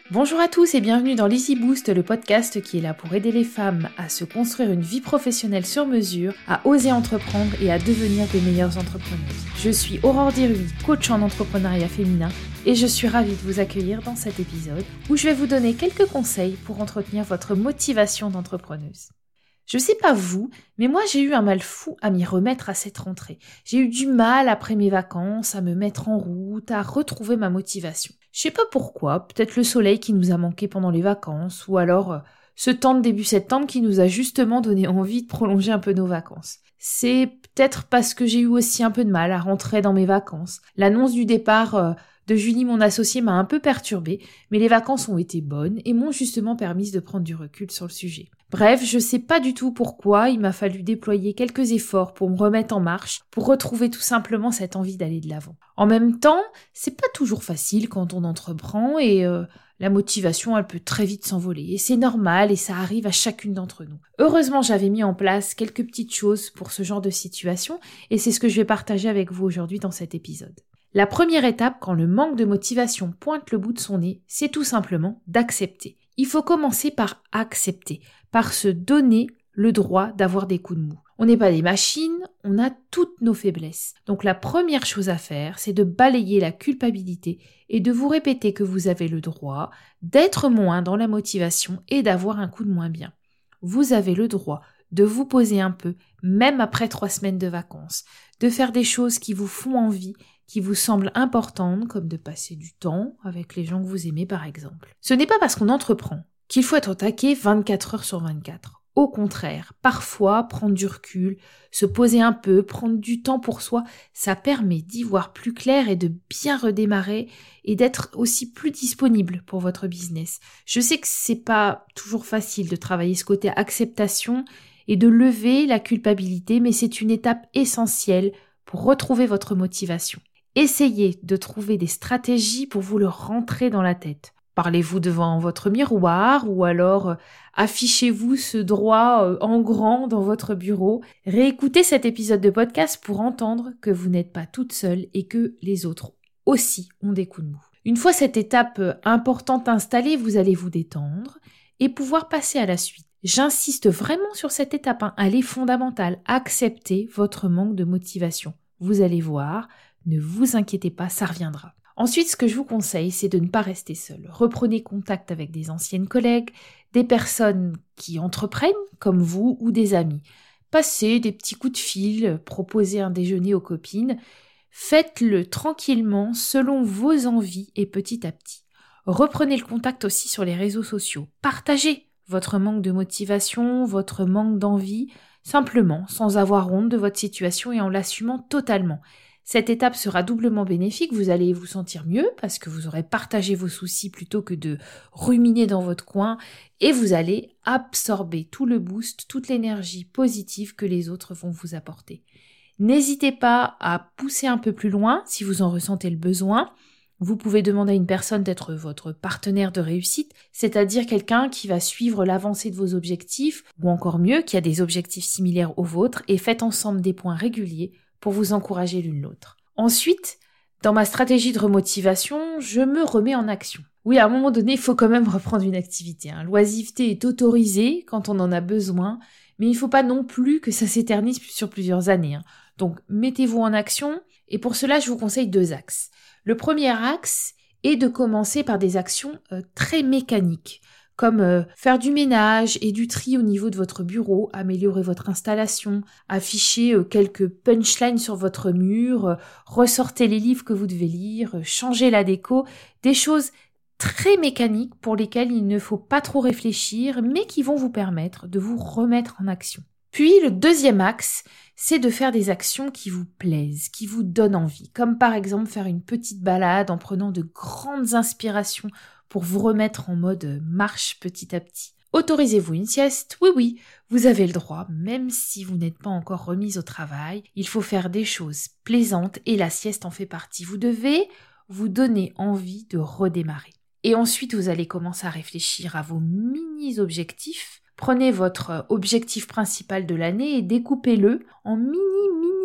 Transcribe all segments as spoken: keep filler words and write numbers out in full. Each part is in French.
Bonjour à tous et bienvenue dans l'Easy Boost, le podcast qui est là pour aider les femmes à se construire une vie professionnelle sur mesure, à oser entreprendre et à devenir de meilleures entrepreneuses. Je suis Aurore Diruy, coach en entrepreneuriat féminin et je suis ravie de vous accueillir dans cet épisode où je vais vous donner quelques conseils pour entretenir votre motivation d'entrepreneuse. Je sais pas vous, mais moi j'ai eu un mal fou à m'y remettre à cette rentrée. J'ai eu du mal après mes vacances à me mettre en route, à retrouver ma motivation. Je sais pas pourquoi, peut-être le soleil qui nous a manqué pendant les vacances, ou alors euh, ce temps de début septembre qui nous a justement donné envie de prolonger un peu nos vacances. C'est peut-être parce que j'ai eu aussi un peu de mal à rentrer dans mes vacances. L'annonce du départ euh, de Julie, mon associée, m'a un peu perturbée, mais les vacances ont été bonnes et m'ont justement permis de prendre du recul sur le sujet. Bref, je sais pas du tout pourquoi, il m'a fallu déployer quelques efforts pour me remettre en marche, pour retrouver tout simplement cette envie d'aller de l'avant. En même temps, c'est pas toujours facile quand on entreprend et euh, la motivation, elle peut très vite s'envoler. Et c'est normal et ça arrive à chacune d'entre nous. Heureusement, j'avais mis en place quelques petites choses pour ce genre de situation et c'est ce que je vais partager avec vous aujourd'hui dans cet épisode. La première étape, quand le manque de motivation pointe le bout de son nez, c'est tout simplement d'accepter. Il faut commencer par accepter, par se donner le droit d'avoir des coups de mou. On n'est pas des machines, on a toutes nos faiblesses. Donc la première chose à faire, c'est de balayer la culpabilité et de vous répéter que vous avez le droit d'être moins dans la motivation et d'avoir un coup de moins bien. Vous avez le droit de vous poser un peu, même après trois semaines de vacances, de faire des choses qui vous font envie, qui vous semblent importantes, comme de passer du temps avec les gens que vous aimez par exemple. Ce n'est pas parce qu'on entreprend qu'il faut être au taquet vingt-quatre heures sur vingt-quatre. Au contraire, parfois, prendre du recul, se poser un peu, prendre du temps pour soi, ça permet d'y voir plus clair et de bien redémarrer et d'être aussi plus disponible pour votre business. Je sais que c'est pas toujours facile de travailler ce côté acceptation et de lever la culpabilité, mais c'est une étape essentielle pour retrouver votre motivation. Essayez de trouver des stratégies pour vous le rentrer dans la tête. Parlez-vous devant votre miroir ou alors euh, affichez-vous ce droit euh, en grand dans votre bureau. Réécoutez cet épisode de podcast pour entendre que vous n'êtes pas toute seule et que les autres aussi ont des coups de mou. Une fois cette étape euh, importante installée, vous allez vous détendre et pouvoir passer à la suite. J'insiste vraiment sur cette étape, hein. Elle est fondamentale. Acceptez votre manque de motivation. Vous allez voir, ne vous inquiétez pas, ça reviendra. Ensuite, ce que je vous conseille, c'est de ne pas rester seul. Reprenez contact avec des anciennes collègues, des personnes qui entreprennent, comme vous, ou des amis. Passez des petits coups de fil, proposez un déjeuner aux copines. Faites-le tranquillement, selon vos envies et petit à petit. Reprenez le contact aussi sur les réseaux sociaux. Partagez votre manque de motivation, votre manque d'envie, simplement, sans avoir honte de votre situation et en l'assumant totalement. Cette étape sera doublement bénéfique, vous allez vous sentir mieux parce que vous aurez partagé vos soucis plutôt que de ruminer dans votre coin et vous allez absorber tout le boost, toute l'énergie positive que les autres vont vous apporter. N'hésitez pas à pousser un peu plus loin si vous en ressentez le besoin. Vous pouvez demander à une personne d'être votre partenaire de réussite, c'est-à-dire quelqu'un qui va suivre l'avancée de vos objectifs ou encore mieux, qui a des objectifs similaires aux vôtres et faites ensemble des points réguliers pour vous encourager l'une l'autre. Ensuite, dans ma stratégie de remotivation, je me remets en action. Oui, à un moment donné, il faut quand même reprendre une activité. Hein. L'oisiveté est autorisée quand on en a besoin, mais il ne faut pas non plus que ça s'éternise sur plusieurs années. Hein. Donc, mettez-vous en action, et pour cela, je vous conseille deux axes. Le premier axe est de commencer par des actions euh, très mécaniques, comme euh, faire du ménage et du tri au niveau de votre bureau, améliorer votre installation, afficher euh, quelques punchlines sur votre mur, euh, ressortez les livres que vous devez lire, euh, changer la déco, des choses très mécaniques pour lesquelles il ne faut pas trop réfléchir, mais qui vont vous permettre de vous remettre en action. Puis le deuxième axe, c'est de faire des actions qui vous plaisent, qui vous donnent envie, comme par exemple faire une petite balade en prenant de grandes inspirations pour vous remettre en mode marche petit à petit. Autorisez-vous une sieste? Oui, oui, vous avez le droit, même si vous n'êtes pas encore remise au travail. Il faut faire des choses plaisantes et la sieste en fait partie. Vous devez vous donner envie de redémarrer. Et ensuite, vous allez commencer à réfléchir à vos mini-objectifs. Prenez votre objectif principal de l'année et découpez-le en mini, mini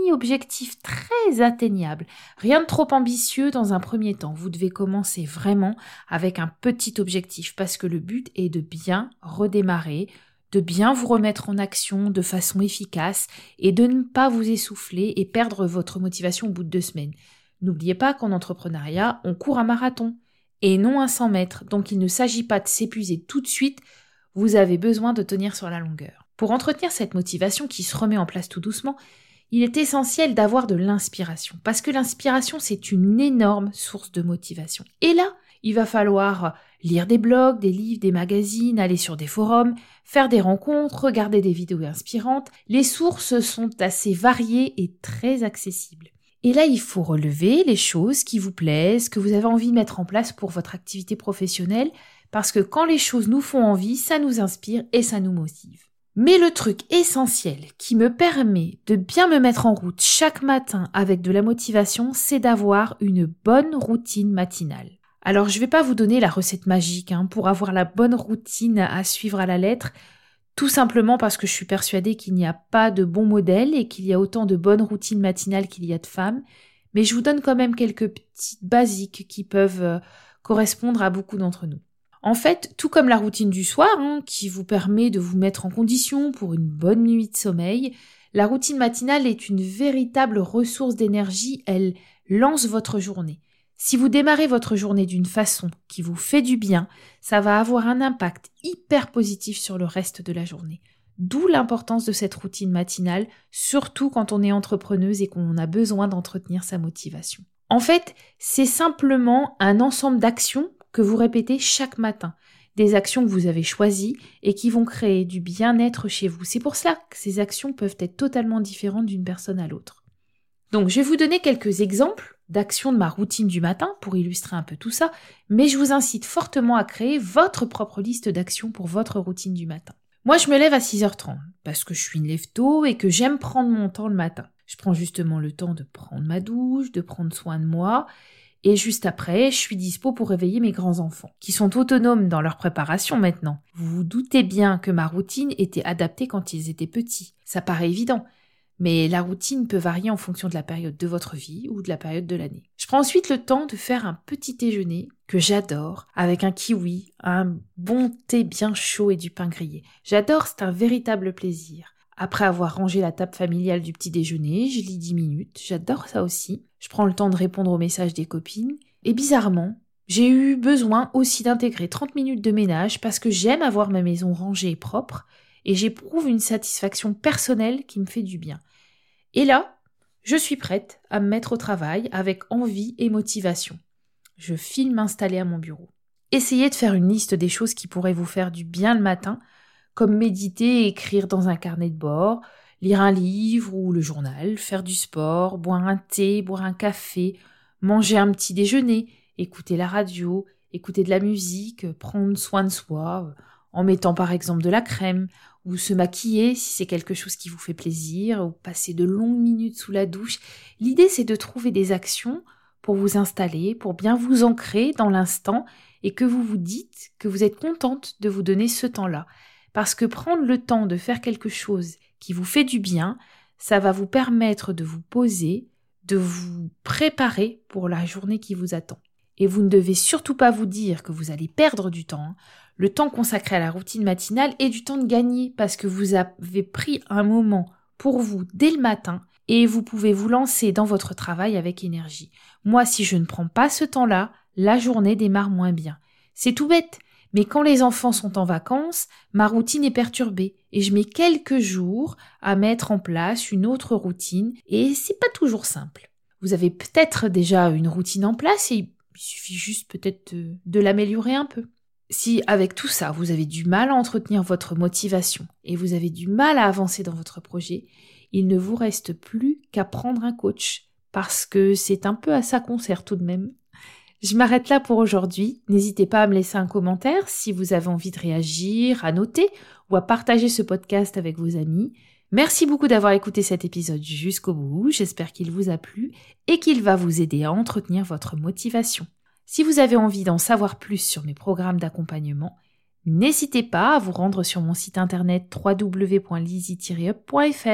mini-objectifs très atteignables. Rien de trop ambitieux dans un premier temps. Vous devez commencer vraiment avec un petit objectif parce que le but est de bien redémarrer, de bien vous remettre en action de façon efficace et de ne pas vous essouffler et perdre votre motivation au bout de deux semaines. N'oubliez pas qu'en entrepreneuriat, on court un marathon et non un cent mètres, donc il ne s'agit pas de s'épuiser tout de suite, vous avez besoin de tenir sur la longueur. Pour entretenir cette motivation qui se remet en place tout doucement, il est essentiel d'avoir de l'inspiration, parce que l'inspiration, c'est une énorme source de motivation. Et là, il va falloir lire des blogs, des livres, des magazines, aller sur des forums, faire des rencontres, regarder des vidéos inspirantes. Les sources sont assez variées et très accessibles. Et là, il faut relever les choses qui vous plaisent, que vous avez envie de mettre en place pour votre activité professionnelle, parce que quand les choses nous font envie, ça nous inspire et ça nous motive. Mais le truc essentiel qui me permet de bien me mettre en route chaque matin avec de la motivation, c'est d'avoir une bonne routine matinale. Alors, je ne vais pas vous donner la recette magique hein, pour avoir la bonne routine à suivre à la lettre, tout simplement parce que je suis persuadée qu'il n'y a pas de bon modèle et qu'il y a autant de bonnes routines matinales qu'il y a de femmes, mais je vous donne quand même quelques petites basiques qui peuvent euh, correspondre à beaucoup d'entre nous. En fait, tout comme la routine du soir, hein, qui vous permet de vous mettre en condition pour une bonne nuit de sommeil, la routine matinale est une véritable ressource d'énergie, elle lance votre journée. Si vous démarrez votre journée d'une façon qui vous fait du bien, ça va avoir un impact hyper positif sur le reste de la journée. D'où l'importance de cette routine matinale, surtout quand on est entrepreneuse et qu'on a besoin d'entretenir sa motivation. En fait, c'est simplement un ensemble d'actions que vous répétez chaque matin. Des actions que vous avez choisies et qui vont créer du bien-être chez vous. C'est pour cela que ces actions peuvent être totalement différentes d'une personne à l'autre. Donc, je vais vous donner quelques exemples d'actions de ma routine du matin pour illustrer un peu tout ça, mais je vous incite fortement à créer votre propre liste d'actions pour votre routine du matin. Moi, je me lève à six heures trente parce que je suis une lève-tôt et que j'aime prendre mon temps le matin. Je prends justement le temps de prendre ma douche, de prendre soin de moi et juste après, je suis dispo pour réveiller mes grands-enfants qui sont autonomes dans leur préparation maintenant. Vous vous doutez bien que ma routine était adaptée quand ils étaient petits. Ça paraît évident. Mais la routine peut varier en fonction de la période de votre vie ou de la période de l'année. Je prends ensuite le temps de faire un petit déjeuner que j'adore, avec un kiwi, un bon thé bien chaud et du pain grillé. J'adore, c'est un véritable plaisir. Après avoir rangé la table familiale du petit déjeuner, je lis dix minutes, j'adore ça aussi. Je prends le temps de répondre aux messages des copines. Et bizarrement, j'ai eu besoin aussi d'intégrer trente minutes de ménage parce que j'aime avoir ma maison rangée et propre, et j'éprouve une satisfaction personnelle qui me fait du bien. Et là, je suis prête à me mettre au travail avec envie et motivation. Je file m'installer à mon bureau. Essayez de faire une liste des choses qui pourraient vous faire du bien le matin, comme méditer et écrire dans un carnet de bord, lire un livre ou le journal, faire du sport, boire un thé, boire un café, manger un petit déjeuner, écouter la radio, écouter de la musique, prendre soin de soi, en mettant par exemple de la crème, ou se maquiller si c'est quelque chose qui vous fait plaisir, ou passer de longues minutes sous la douche. L'idée, c'est de trouver des actions pour vous installer, pour bien vous ancrer dans l'instant et que vous vous dites que vous êtes contente de vous donner ce temps-là. Parce que prendre le temps de faire quelque chose qui vous fait du bien, ça va vous permettre de vous poser, de vous préparer pour la journée qui vous attend. Et vous ne devez surtout pas vous dire que vous allez perdre du temps, hein. Le temps consacré à la routine matinale est du temps de gagner parce que vous avez pris un moment pour vous dès le matin et vous pouvez vous lancer dans votre travail avec énergie. Moi, si je ne prends pas ce temps-là, la journée démarre moins bien. C'est tout bête, mais quand les enfants sont en vacances, ma routine est perturbée et je mets quelques jours à mettre en place une autre routine et c'est pas toujours simple. Vous avez peut-être déjà une routine en place et il suffit juste peut-être de, de l'améliorer un peu. Si avec tout ça, vous avez du mal à entretenir votre motivation et vous avez du mal à avancer dans votre projet, il ne vous reste plus qu'à prendre un coach parce que c'est un peu à ça qu'on sert tout de même. Je m'arrête là pour aujourd'hui. N'hésitez pas à me laisser un commentaire si vous avez envie de réagir, à noter ou à partager ce podcast avec vos amis. Merci beaucoup d'avoir écouté cet épisode jusqu'au bout. J'espère qu'il vous a plu et qu'il va vous aider à entretenir votre motivation. Si vous avez envie d'en savoir plus sur mes programmes d'accompagnement, n'hésitez pas à vous rendre sur mon site internet w w w point lizzy tiret up point f r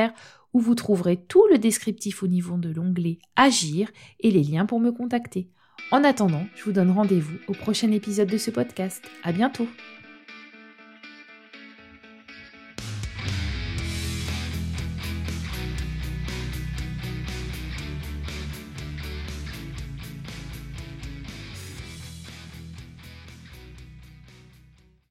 où vous trouverez tout le descriptif au niveau de l'onglet Agir et les liens pour me contacter. En attendant, je vous donne rendez-vous au prochain épisode de ce podcast. À bientôt!